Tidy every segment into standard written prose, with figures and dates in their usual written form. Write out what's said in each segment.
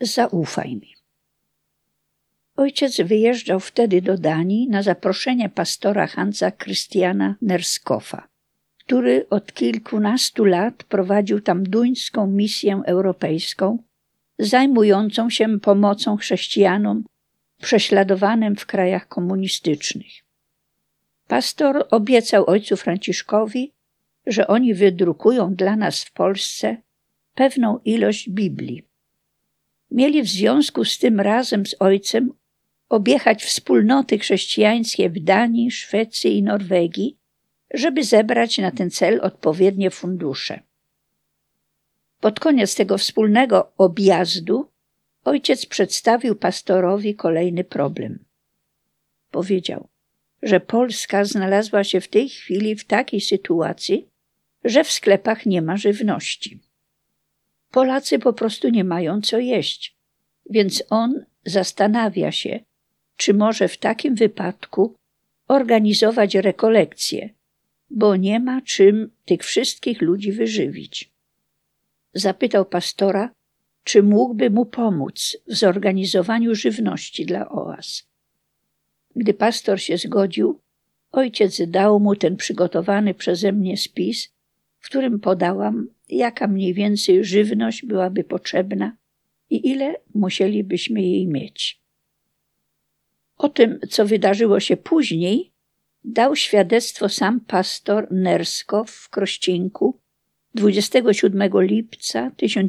Zaufaj mi. Ojciec wyjeżdżał wtedy do Danii na zaproszenie pastora Hansa Christiana Nerskoffa, który od kilkunastu lat prowadził tam duńską misję europejską, zajmującą się pomocą chrześcijanom prześladowanym w krajach komunistycznych. Pastor obiecał ojcu Franciszkowi, że oni wydrukują dla nas w Polsce pewną ilość Biblii. Mieli w związku z tym razem z ojcem objechać wspólnoty chrześcijańskie w Danii, Szwecji i Norwegii, żeby zebrać na ten cel odpowiednie fundusze. Pod koniec tego wspólnego objazdu ojciec przedstawił pastorowi kolejny problem. Powiedział, że Polska znalazła się w tej chwili w takiej sytuacji, że w sklepach nie ma żywności. Polacy po prostu nie mają co jeść, więc on zastanawia się, czy może w takim wypadku organizować rekolekcje, bo nie ma czym tych wszystkich ludzi wyżywić. Zapytał pastora, czy mógłby mu pomóc w zorganizowaniu żywności dla oaz. Gdy pastor się zgodził, ojciec dał mu ten przygotowany przeze mnie spis, w którym podałam, jaka mniej więcej żywność byłaby potrzebna i ile musielibyśmy jej mieć. O tym, co wydarzyło się później, dał świadectwo sam pastor Nerskow w Krościenku 27 lipca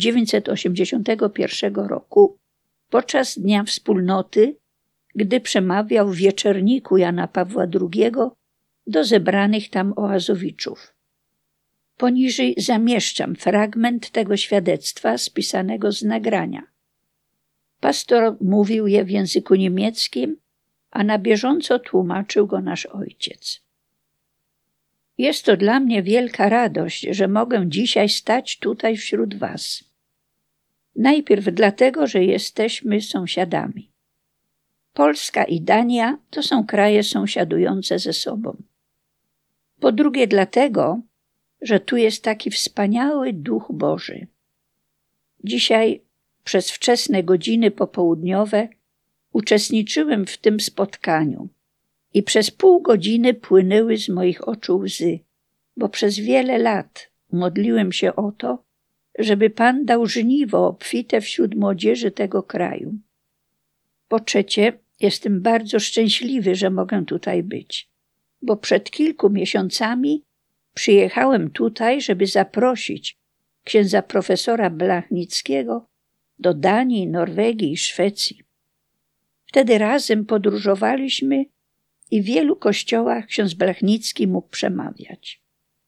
1981 roku podczas Dnia Wspólnoty, gdy przemawiał w wieczerniku Jana Pawła II do zebranych tam oazowiczów. Poniżej zamieszczam fragment tego świadectwa spisanego z nagrania. Pastor mówił je w języku niemieckim, a na bieżąco tłumaczył go nasz ojciec. Jest to dla mnie wielka radość, że mogę dzisiaj stać tutaj wśród was. Najpierw dlatego, że jesteśmy sąsiadami. Polska i Dania to są kraje sąsiadujące ze sobą. Po drugie dlatego, że tu jest taki wspaniały Duch Boży. Dzisiaj przez wczesne godziny popołudniowe uczestniczyłem w tym spotkaniu i przez pół godziny płynęły z moich oczu łzy, bo przez wiele lat modliłem się o to, żeby Pan dał żniwo obfite wśród młodzieży tego kraju. Po trzecie, jestem bardzo szczęśliwy, że mogę tutaj być, bo przed kilku miesiącami przyjechałem tutaj, żeby zaprosić księdza profesora Blachnickiego do Danii, Norwegii i Szwecji. Wtedy razem podróżowaliśmy i w wielu kościołach ksiądz Blachnicki mógł przemawiać.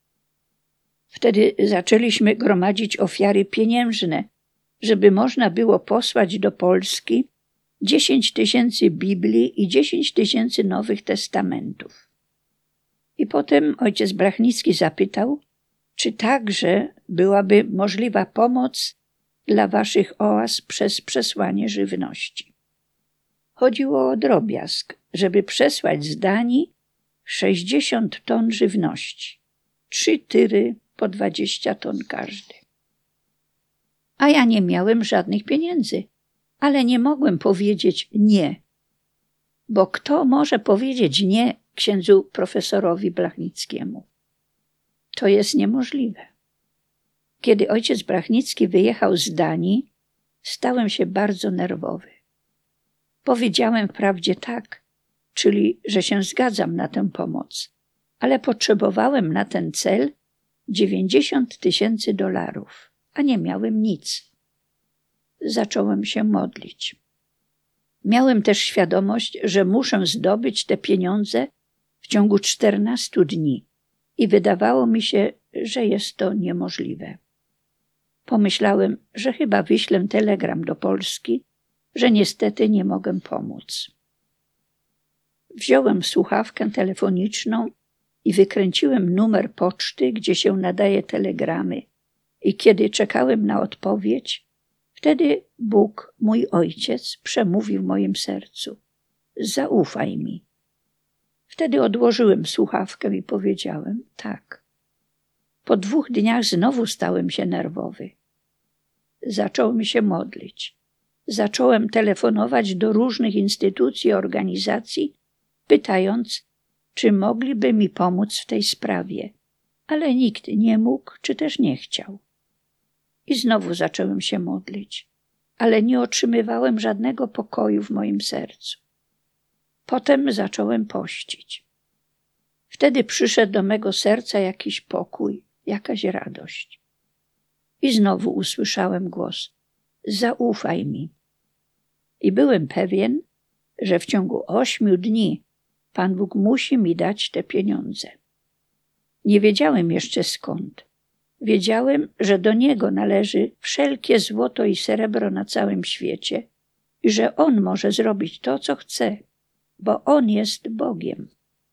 Wtedy zaczęliśmy gromadzić ofiary pieniężne, żeby można było posłać do Polski 10 000 Biblii i 10 000 Nowych Testamentów. I potem ojciec Blachnicki zapytał, czy także byłaby możliwa pomoc dla waszych oaz przez przesłanie żywności. Chodziło o drobiazg, żeby przesłać z Danii 60 ton żywności, 3 tyry po 20 ton każdy. A ja nie miałem żadnych pieniędzy, ale nie mogłem powiedzieć nie, bo kto może powiedzieć nie księdzu profesorowi Blachnickiemu? To jest niemożliwe. Kiedy ojciec Blachnicki wyjechał z Danii, stałem się bardzo nerwowy. Powiedziałem wprawdzie tak, czyli że się zgadzam na tę pomoc, ale potrzebowałem na ten cel $90,000, a nie miałem nic. Zacząłem się modlić. Miałem też świadomość, że muszę zdobyć te pieniądze w ciągu 14 dni i wydawało mi się, że jest to niemożliwe. Pomyślałem, że chyba wyślę telegram do Polski, że niestety nie mogę pomóc. Wziąłem słuchawkę telefoniczną i wykręciłem numer poczty, gdzie się nadaje telegramy. I kiedy czekałem na odpowiedź, wtedy Bóg, mój Ojciec, przemówił w moim sercu. Zaufaj mi. Wtedy odłożyłem słuchawkę i powiedziałem tak. Po 2 dniach znowu stałem się nerwowy. Zacząłem się modlić. zacząłem telefonować do różnych instytucji i organizacji, pytając, czy mogliby mi pomóc w tej sprawie, ale nikt nie mógł, czy też nie chciał. I znowu zacząłem się modlić, ale nie otrzymywałem żadnego pokoju w moim sercu. Potem zacząłem pościć. Wtedy przyszedł do mego serca jakiś pokój, jakaś radość. I znowu usłyszałem głos: zaufaj mi. I byłem pewien, że w ciągu 8 dni Pan Bóg musi mi dać te pieniądze. Nie wiedziałem jeszcze skąd. Wiedziałem, że do Niego należy wszelkie złoto i srebro na całym świecie i że On może zrobić to, co chce, bo On jest Bogiem.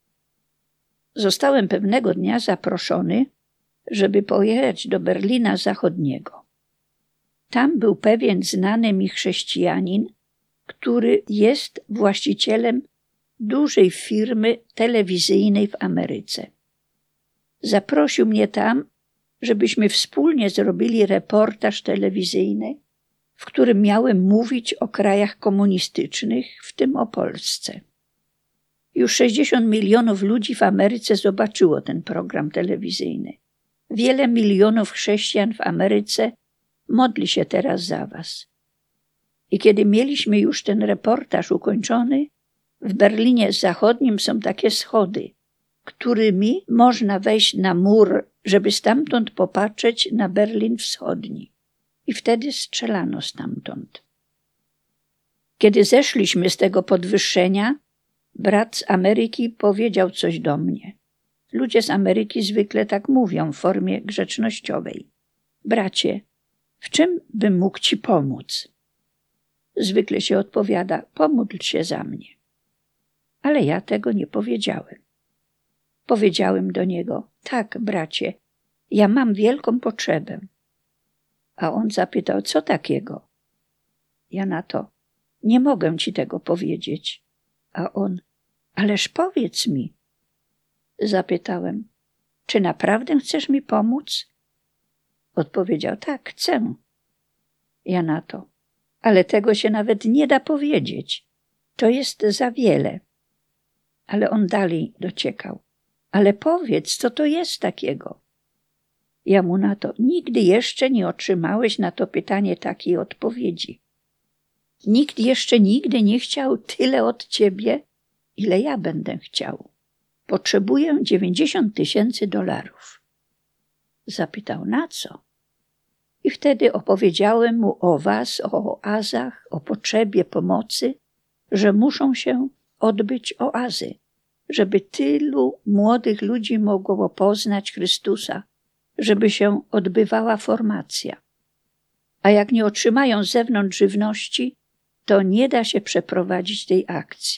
Zostałem pewnego dnia zaproszony, żeby pojechać do Berlina Zachodniego. Tam był pewien znany mi chrześcijanin, który jest właścicielem dużej firmy telewizyjnej w Ameryce. Zaprosił mnie tam, żebyśmy wspólnie zrobili reportaż telewizyjny, w którym miałem mówić o krajach komunistycznych, w tym o Polsce. Już 60 milionów ludzi w Ameryce zobaczyło ten program telewizyjny. Wiele milionów chrześcijan w Ameryce modli się teraz za was. I kiedy mieliśmy już ten reportaż ukończony, w Berlinie Zachodnim są takie schody, którymi można wejść na mur, żeby stamtąd popatrzeć na Berlin Wschodni. I wtedy strzelano stamtąd. Kiedy zeszliśmy z tego podwyższenia, brat z Ameryki powiedział coś do mnie. Ludzie z Ameryki zwykle tak mówią w formie grzecznościowej. Bracie, w czym bym mógł ci pomóc? Zwykle się odpowiada, pomódl się za mnie. Ale ja tego nie powiedziałem. Powiedziałem do niego, tak, bracie, ja mam wielką potrzebę. A on zapytał, co takiego? Ja na to, nie mogę ci tego powiedzieć. A on, ależ powiedz mi. Zapytałem, czy naprawdę chcesz mi pomóc? Odpowiedział, tak, chcę. Ja na to, ale tego się nawet nie da powiedzieć. To jest za wiele. Ale on dalej dociekał. Ale powiedz, co to jest takiego? Ja mu na to, nigdy jeszcze nie otrzymałeś na to pytanie takiej odpowiedzi. Nikt jeszcze nigdy nie chciał tyle od ciebie, ile ja będę chciał. Potrzebuję $90,000. Zapytał, na co? I wtedy opowiedziałem mu o was, o oazach, o potrzebie pomocy, że muszą się odbyć oazy, żeby tylu młodych ludzi mogło poznać Chrystusa, żeby się odbywała formacja. A jak nie otrzymają z zewnątrz żywności, to nie da się przeprowadzić tej akcji.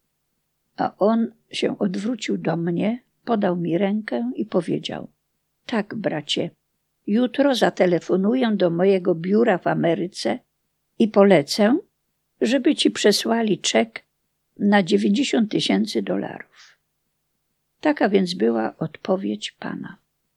A on się odwrócił do mnie, podał mi rękę i powiedział, tak, bracie, jutro zatelefonuję do mojego biura w Ameryce i polecę, żeby ci przesłali czek na $90,000. Taka więc była odpowiedź Pana.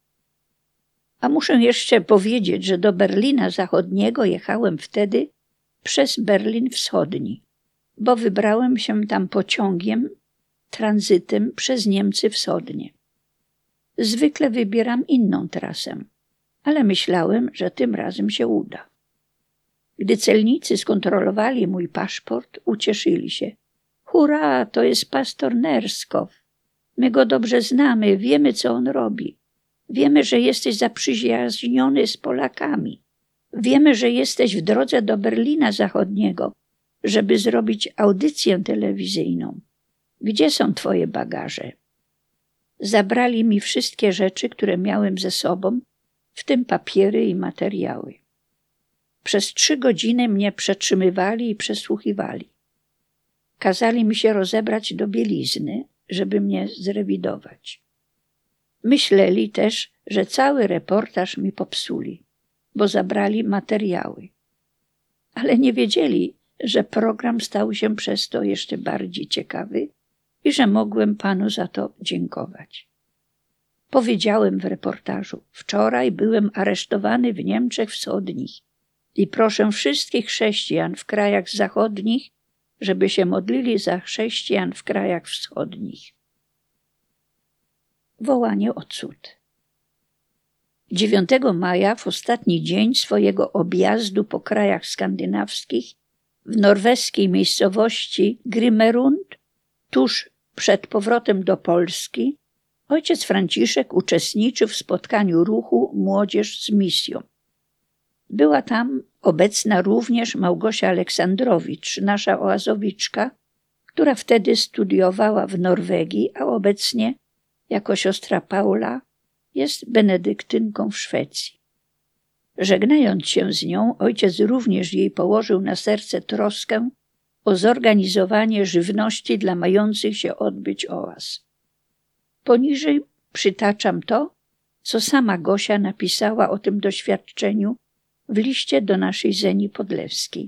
A muszę jeszcze powiedzieć, że do Berlina Zachodniego jechałem wtedy przez Berlin Wschodni, bo wybrałem się tam pociągiem, tranzytem przez Niemcy Wschodnie. Zwykle wybieram inną trasę, ale myślałem, że tym razem się uda. Gdy celnicy skontrolowali mój paszport, ucieszyli się. Hurra, to jest pastor Nerskow. My go dobrze znamy, wiemy, co on robi. Wiemy, że jesteś zaprzyjaźniony z Polakami. Wiemy, że jesteś w drodze do Berlina Zachodniego, żeby zrobić audycję telewizyjną. Gdzie są twoje bagaże? Zabrali mi wszystkie rzeczy, które miałem ze sobą, w tym papiery i materiały. Przez 3 godziny mnie przetrzymywali i przesłuchiwali. Kazali mi się rozebrać do bielizny, żeby mnie zrewidować. Myśleli też, że cały reportaż mi popsuli, bo zabrali materiały. Ale nie wiedzieli, że program stał się przez to jeszcze bardziej ciekawy i że mogłem Panu za to dziękować. Powiedziałem w reportażu, wczoraj byłem aresztowany w Niemczech Wschodnich i proszę wszystkich chrześcijan w krajach zachodnich, żeby się modlili za chrześcijan w krajach wschodnich. Wołanie o cud. 9 maja, w ostatni dzień swojego objazdu po krajach skandynawskich, w norweskiej miejscowości Grimmerund, tuż przed powrotem do Polski, ojciec Franciszek uczestniczył w spotkaniu ruchu Młodzież z misją. Była tam obecna również Małgosia Aleksandrowicz, nasza oazowiczka, która wtedy studiowała w Norwegii, a obecnie, jako siostra Paula, jest benedyktynką w Szwecji. Żegnając się z nią, ojciec również jej położył na serce troskę o zorganizowanie żywności dla mających się odbyć oaz. Poniżej przytaczam to, co sama Gosia napisała o tym doświadczeniu w liście do naszej Zeni Podlewskiej.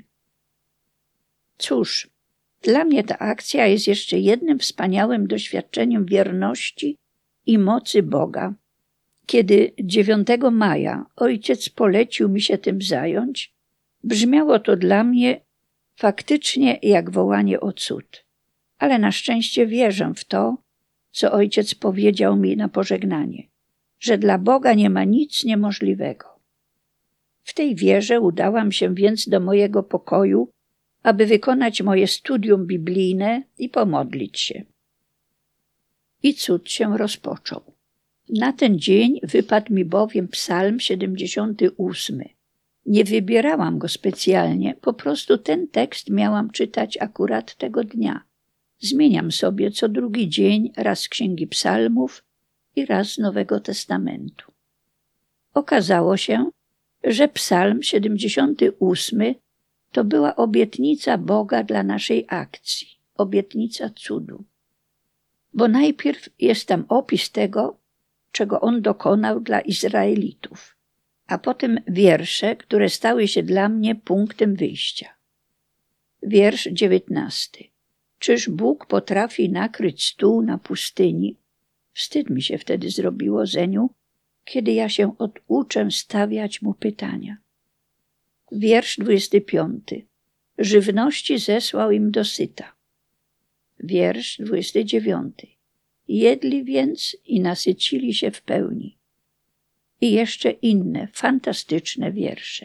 Cóż, dla mnie ta akcja jest jeszcze jednym wspaniałym doświadczeniem wierności i mocy Boga. Kiedy 9 maja ojciec polecił mi się tym zająć, brzmiało to dla mnie faktycznie jak wołanie o cud. Ale na szczęście wierzę w to, co ojciec powiedział mi na pożegnanie, że dla Boga nie ma nic niemożliwego. W tej wierze udałam się więc do mojego pokoju, aby wykonać moje studium biblijne i pomodlić się. I cud się rozpoczął. Na ten dzień wypadł mi bowiem Psalm 78. Nie wybierałam go specjalnie, po prostu ten tekst miałam czytać akurat tego dnia. Zmieniam sobie co drugi dzień raz Księgi Psalmów i raz Nowego Testamentu. Okazało się, że Psalm 78 to była obietnica Boga dla naszej akcji, obietnica cudu. Bo najpierw jest tam opis tego, czego On dokonał dla Izraelitów, a potem wiersze, które stały się dla mnie punktem wyjścia. Wiersz 19. Czyż Bóg potrafi nakryć stół na pustyni? Wstyd mi się wtedy zrobiło, Zeniu, kiedy ja się oduczę stawiać Mu pytania. Wiersz 25. Żywności zesłał im dosyta. Wiersz 29. Jedli więc i nasycili się w pełni. I jeszcze inne, fantastyczne wiersze.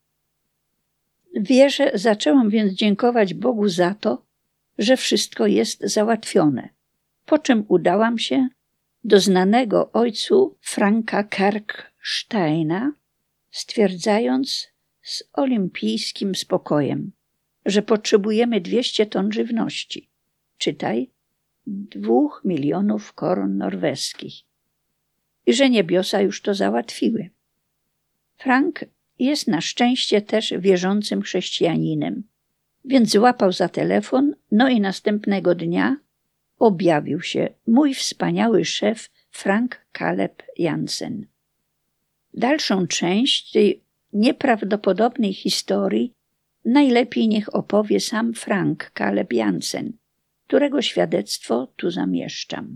W wierze zaczęłam więc dziękować Bogu za to, że wszystko jest załatwione, po czym udałam się do znanego ojcu Franka Kerksteina, stwierdzając z olimpijskim spokojem, że potrzebujemy 200 ton żywności, czytaj 2 milionów koron norweskich, i że niebiosa już to załatwiły. Frank jest na szczęście też wierzącym chrześcijaninem, więc złapał za telefon, no i następnego dnia objawił się mój wspaniały szef Frank Caleb Jansen. Dalszą część tej nieprawdopodobnej historii najlepiej niech opowie sam Frank Caleb Jansen, którego świadectwo tu zamieszczam.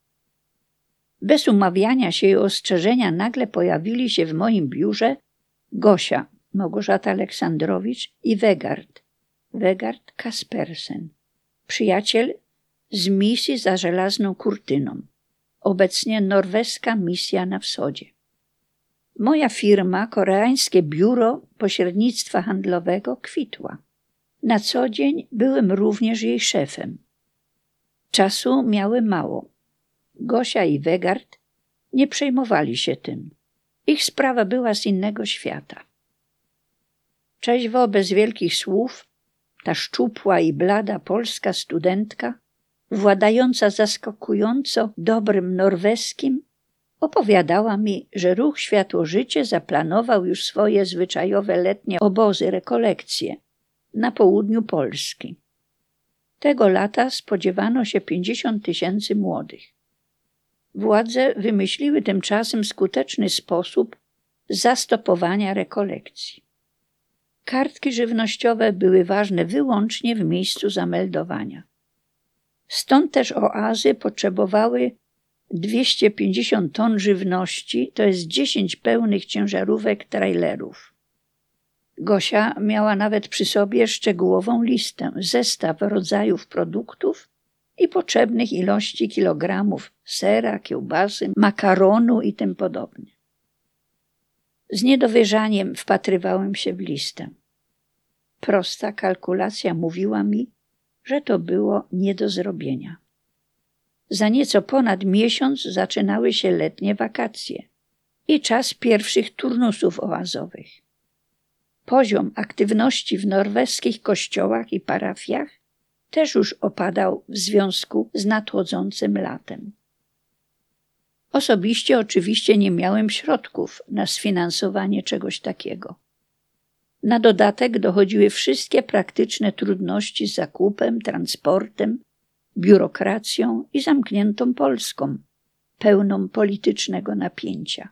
Bez umawiania się i ostrzeżenia nagle pojawili się w moim biurze Gosia, Małgorzata Aleksandrowicz i Vegard Kaspersen, przyjaciel z misji za żelazną kurtyną, obecnie norweska misja na wschodzie. Moja firma, koreańskie biuro pośrednictwa handlowego, kwitła. Na co dzień byłem również jej szefem. Czasu miały mało. Gosia i Vegard nie przejmowali się tym. Ich sprawa była z innego świata. Trzeźwo, bez wielkich słów, ta szczupła i blada polska studentka, władająca zaskakująco dobrym norweskim, opowiadała mi, że ruch Światło-Życie zaplanował już swoje zwyczajowe letnie obozy, rekolekcje na południu Polski. Tego lata spodziewano się 50 000 młodych. Władze wymyśliły tymczasem skuteczny sposób zastopowania rekolekcji. Kartki żywnościowe były ważne wyłącznie w miejscu zameldowania. Stąd też oazy potrzebowały 250 ton żywności, to jest 10 pełnych ciężarówek trailerów. Gosia miała nawet przy sobie szczegółową listę, zestaw rodzajów produktów i potrzebnych ilości kilogramów sera, kiełbasy, makaronu i tym podobnie. Z niedowierzaniem wpatrywałem się w listę. Prosta kalkulacja mówiła mi, że to było nie do zrobienia. Za nieco ponad miesiąc zaczynały się letnie wakacje i czas pierwszych turnusów oazowych. Poziom aktywności w norweskich kościołach i parafiach też już opadał w związku z nadchodzącym latem. Osobiście oczywiście nie miałem środków na sfinansowanie czegoś takiego. Na dodatek dochodziły wszystkie praktyczne trudności z zakupem, transportem, biurokracją i zamkniętą Polską, pełną politycznego napięcia.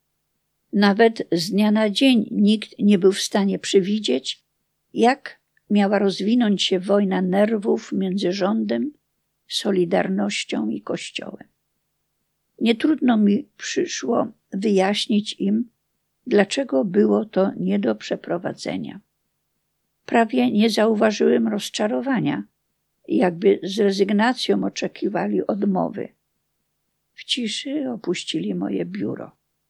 Nawet z dnia na dzień nikt nie był w stanie przewidzieć, jak miała rozwinąć się wojna nerwów między rządem, Solidarnością i Kościołem. Nietrudno mi przyszło wyjaśnić im, dlaczego było to nie do przeprowadzenia. Prawie nie zauważyłem rozczarowania, jakby z rezygnacją oczekiwali odmowy. W ciszy opuścili moje biuro.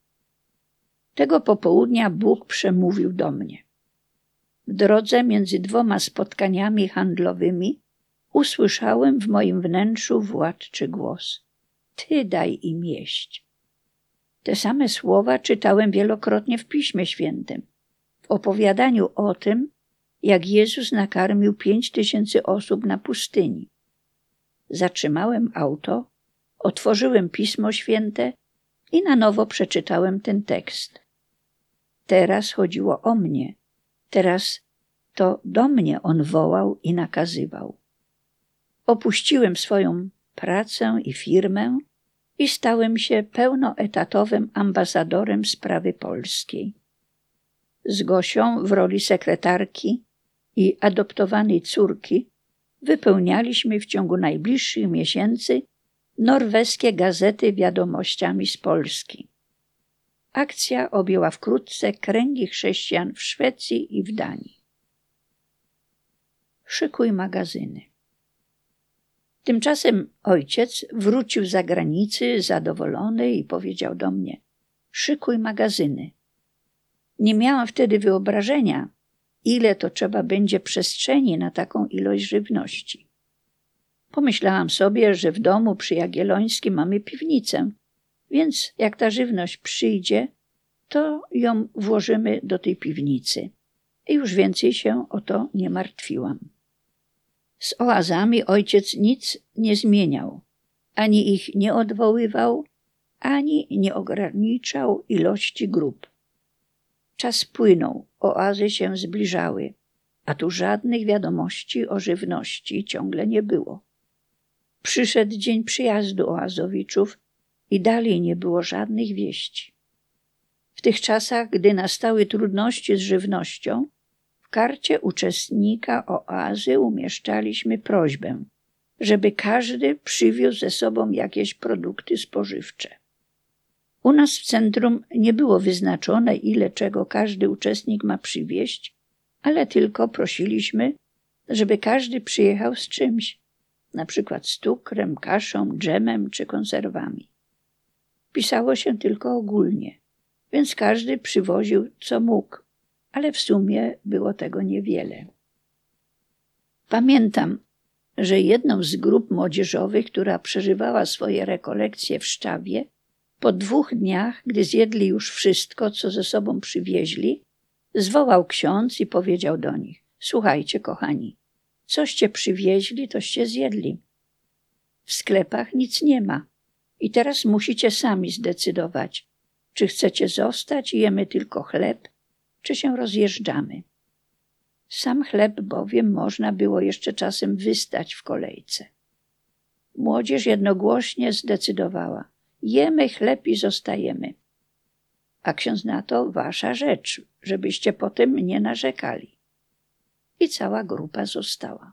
Tego popołudnia Bóg przemówił do mnie. W drodze między 2 spotkaniami handlowymi usłyszałem w moim wnętrzu władczy głos. Ty daj im jeść. Te same słowa czytałem wielokrotnie w Piśmie Świętym, w opowiadaniu o tym, jak Jezus nakarmił 5000 osób na pustyni. Zatrzymałem auto, otworzyłem Pismo Święte i na nowo przeczytałem ten tekst. Teraz chodziło o mnie, teraz to do mnie on wołał i nakazywał. Opuściłem swoją pracę i firmę i stałem się pełnoetatowym ambasadorem sprawy polskiej. Z Gosią w roli sekretarki i adoptowanej córki wypełnialiśmy w ciągu najbliższych miesięcy norweskie gazety wiadomościami z Polski. Akcja objęła wkrótce kręgi chrześcijan w Szwecji i w Danii. Szykuj magazyny. Tymczasem ojciec wrócił z zagranicy zadowolony i powiedział do mnie: szykuj magazyny. Nie miałam wtedy wyobrażenia, ile to trzeba będzie przestrzeni na taką ilość żywności. Pomyślałam sobie, że w domu przy Jagiellońskim mamy piwnicę, więc jak ta żywność przyjdzie, to ją włożymy do tej piwnicy. I już więcej się o to nie martwiłam. Z oazami ojciec nic nie zmieniał, ani ich nie odwoływał, ani nie ograniczał ilości grup. Czas płynął, oazy się zbliżały, a tu żadnych wiadomości o żywności ciągle nie było. Przyszedł dzień przyjazdu oazowiczów i dalej nie było żadnych wieści. W tych czasach, gdy nastały trudności z żywnością, w karcie uczestnika oazy umieszczaliśmy prośbę, żeby każdy przywiózł ze sobą jakieś produkty spożywcze. U nas w centrum nie było wyznaczone, ile czego każdy uczestnik ma przywieźć, ale tylko prosiliśmy, żeby każdy przyjechał z czymś, na przykład z cukrem, kaszą, dżemem czy konserwami. Pisało się tylko ogólnie, więc każdy przywoził co mógł, ale w sumie było tego niewiele. Pamiętam, że jedną z grup młodzieżowych, która przeżywała swoje rekolekcje w Szczawie, po 2 dniach, gdy zjedli już wszystko, co ze sobą przywieźli, zwołał ksiądz i powiedział do nich: słuchajcie, kochani, coście przywieźli, toście zjedli. W sklepach nic nie ma i teraz musicie sami zdecydować, czy chcecie zostać i jemy tylko chleb, czy się rozjeżdżamy. Sam chleb bowiem można było jeszcze czasem wystać w kolejce. Młodzież jednogłośnie zdecydowała: jemy chleb i zostajemy. A ksiądz na to: wasza rzecz, żebyście potem nie narzekali. I cała grupa została.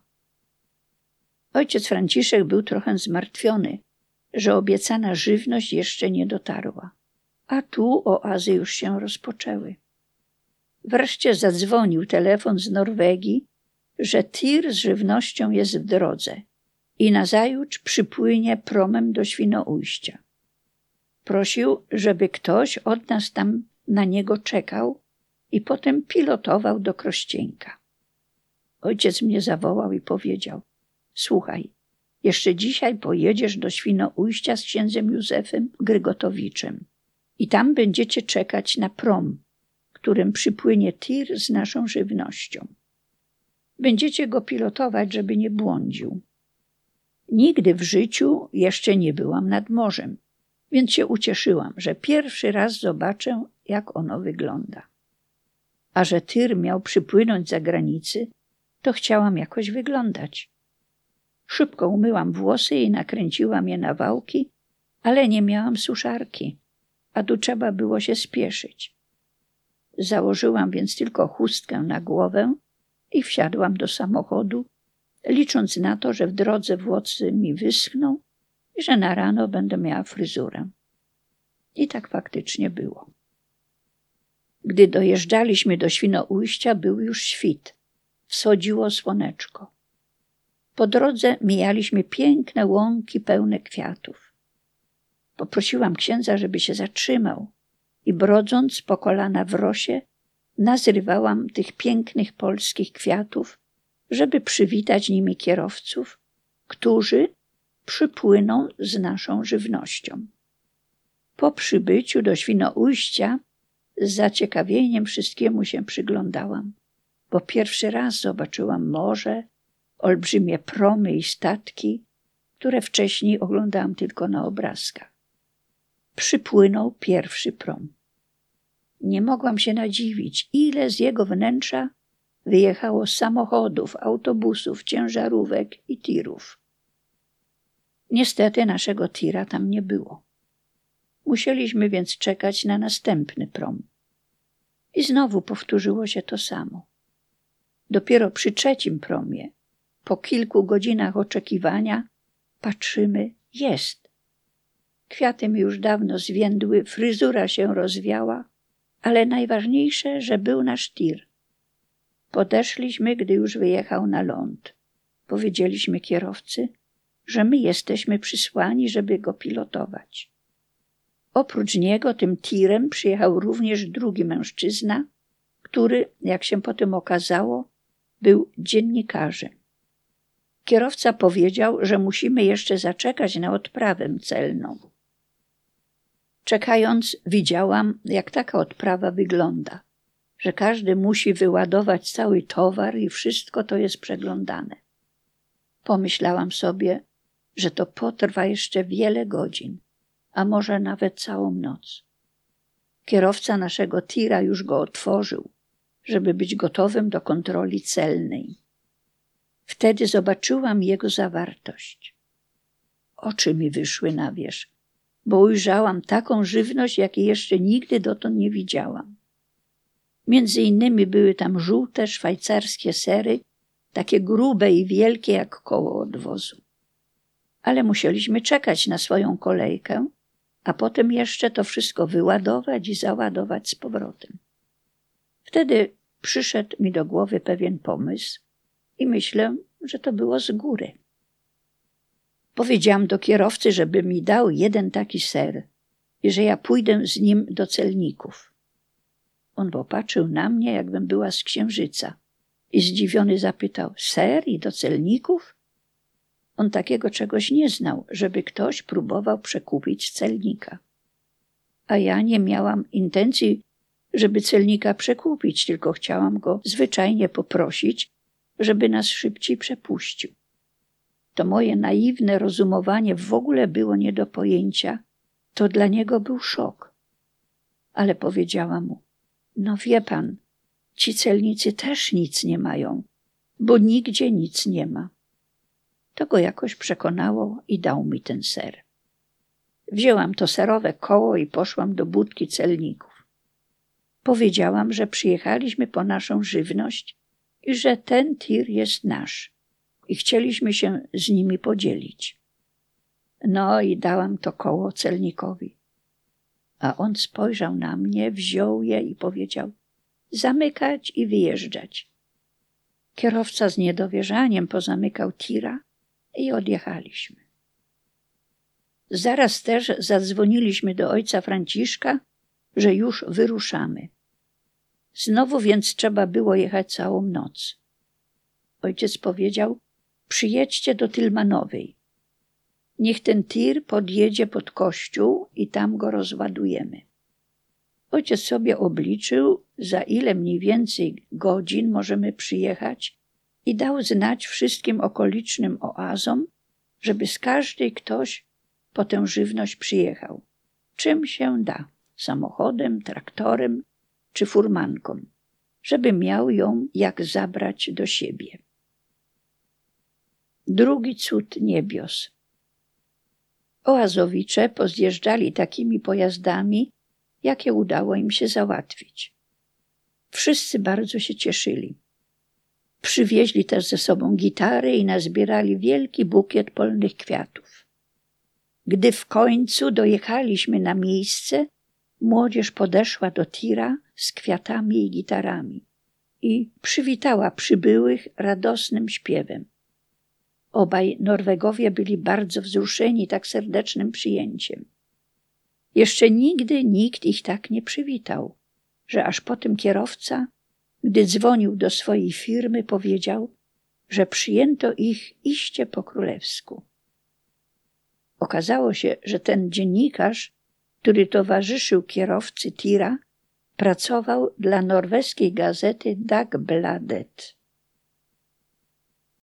Ojciec Franciszek był trochę zmartwiony, że obiecana żywność jeszcze nie dotarła, a tu oazy już się rozpoczęły. Wreszcie zadzwonił telefon z Norwegii, że tir z żywnością jest w drodze i nazajutrz przypłynie promem do Świnoujścia. Prosił, żeby ktoś od nas tam na niego czekał i potem pilotował do Krościenka. Ojciec mnie zawołał i powiedział: słuchaj, jeszcze dzisiaj pojedziesz do Świnoujścia z księdzem Józefem Grygotowiczem i tam będziecie czekać na prom, którym przypłynie tir z naszą żywnością. Będziecie go pilotować, żeby nie błądził. Nigdy w życiu jeszcze nie byłam nad morzem, więc się ucieszyłam, że pierwszy raz zobaczę, jak ono wygląda. A że tir miał przypłynąć za granicy, to chciałam jakoś wyglądać. Szybko umyłam włosy i nakręciłam je na wałki, ale nie miałam suszarki, a tu trzeba było się spieszyć. Założyłam więc tylko chustkę na głowę i wsiadłam do samochodu, licząc na to, że w drodze włosy mi wyschną i że na rano będę miała fryzurę. I tak faktycznie było. Gdy dojeżdżaliśmy do Świnoujścia, był już świt. Wschodziło słoneczko. Po drodze mijaliśmy piękne łąki pełne kwiatów. Poprosiłam księdza, żeby się zatrzymał i brodząc po kolana w rosie, nazrywałam tych pięknych polskich kwiatów, żeby przywitać nimi kierowców, którzy przypłyną z naszą żywnością. Po przybyciu do Świnoujścia z zaciekawieniem wszystkiemu się przyglądałam, bo pierwszy raz zobaczyłam morze, olbrzymie promy i statki, które wcześniej oglądałam tylko na obrazkach. Przypłynął pierwszy prom. Nie mogłam się nadziwić, ile z jego wnętrza wyjechało samochodów, autobusów, ciężarówek i tirów. Niestety naszego tira tam nie było. Musieliśmy więc czekać na następny prom. I znowu powtórzyło się to samo. Dopiero przy trzecim promie, po kilku godzinach oczekiwania, patrzymy, jest. Kwiaty mi już dawno zwiędły, fryzura się rozwiała, ale najważniejsze, że był nasz tir. Podeszliśmy, gdy już wyjechał na ląd. Powiedzieliśmy kierowcy, że my jesteśmy przysłani, żeby go pilotować. Oprócz niego tym tirem przyjechał również drugi mężczyzna, który, jak się potem okazało, był dziennikarzem. Kierowca powiedział, że musimy jeszcze zaczekać na odprawę celną. Czekając, widziałam, jak taka odprawa wygląda, że każdy musi wyładować cały towar i wszystko to jest przeglądane. Pomyślałam sobie, że to potrwa jeszcze wiele godzin, a może nawet całą noc. Kierowca naszego tira już go otworzył, żeby być gotowym do kontroli celnej. Wtedy zobaczyłam jego zawartość. Oczy mi wyszły na wierzch, bo ujrzałam taką żywność, jakiej jeszcze nigdy dotąd nie widziałam. Między innymi były tam żółte szwajcarskie sery, takie grube i wielkie jak koło odwozu. Ale musieliśmy czekać na swoją kolejkę, a potem jeszcze to wszystko wyładować i załadować z powrotem. Wtedy przyszedł mi do głowy pewien pomysł i myślę, że to było z góry. Powiedziałam do kierowcy, żeby mi dał jeden taki ser i że ja pójdę z nim do celników. On popatrzył na mnie, jakbym była z Księżyca i zdziwiony zapytał: ser i do celników? On takiego czegoś nie znał, żeby ktoś próbował przekupić celnika. A ja nie miałam intencji, żeby celnika przekupić, tylko chciałam go zwyczajnie poprosić, żeby nas szybciej przepuścił. To moje naiwne rozumowanie w ogóle było nie do pojęcia, to dla niego był szok. Ale powiedziałam mu: no wie pan, ci celnicy też nic nie mają, bo nigdzie nic nie ma. To go jakoś przekonało i dał mi ten ser. Wzięłam to serowe koło i poszłam do budki celników. Powiedziałam, że przyjechaliśmy po naszą żywność i że ten tir jest nasz i chcieliśmy się z nimi podzielić. No i dałam to koło celnikowi. A on spojrzał na mnie, wziął je i powiedział: zamykać i wyjeżdżać. Kierowca z niedowierzaniem pozamykał tira i odjechaliśmy. Zaraz też zadzwoniliśmy do ojca Franciszka, że już wyruszamy. Znowu więc trzeba było jechać całą noc. Ojciec powiedział: przyjedźcie do Tylmanowej. Niech ten tir podjedzie pod kościół i tam go rozładujemy. Ojciec sobie obliczył, za ile mniej więcej godzin możemy przyjechać i dał znać wszystkim okolicznym oazom, żeby z każdej ktoś po tę żywność przyjechał. Czym się da? Samochodem, traktorem czy furmanką, żeby miał ją jak zabrać do siebie. Drugi cud niebios. Oazowicze pozjeżdżali takimi pojazdami, jakie udało im się załatwić. Wszyscy bardzo się cieszyli. Przywieźli też ze sobą gitary i nazbierali wielki bukiet polnych kwiatów. Gdy w końcu dojechaliśmy na miejsce, młodzież podeszła do tira z kwiatami i gitarami i przywitała przybyłych radosnym śpiewem. Obaj Norwegowie byli bardzo wzruszeni tak serdecznym przyjęciem. Jeszcze nigdy nikt ich tak nie przywitał, że aż potem kierowca, gdy dzwonił do swojej firmy, powiedział, że przyjęto ich iście po królewsku. Okazało się, że ten dziennikarz, który towarzyszył kierowcy tira, pracował dla norweskiej gazety Dagbladet.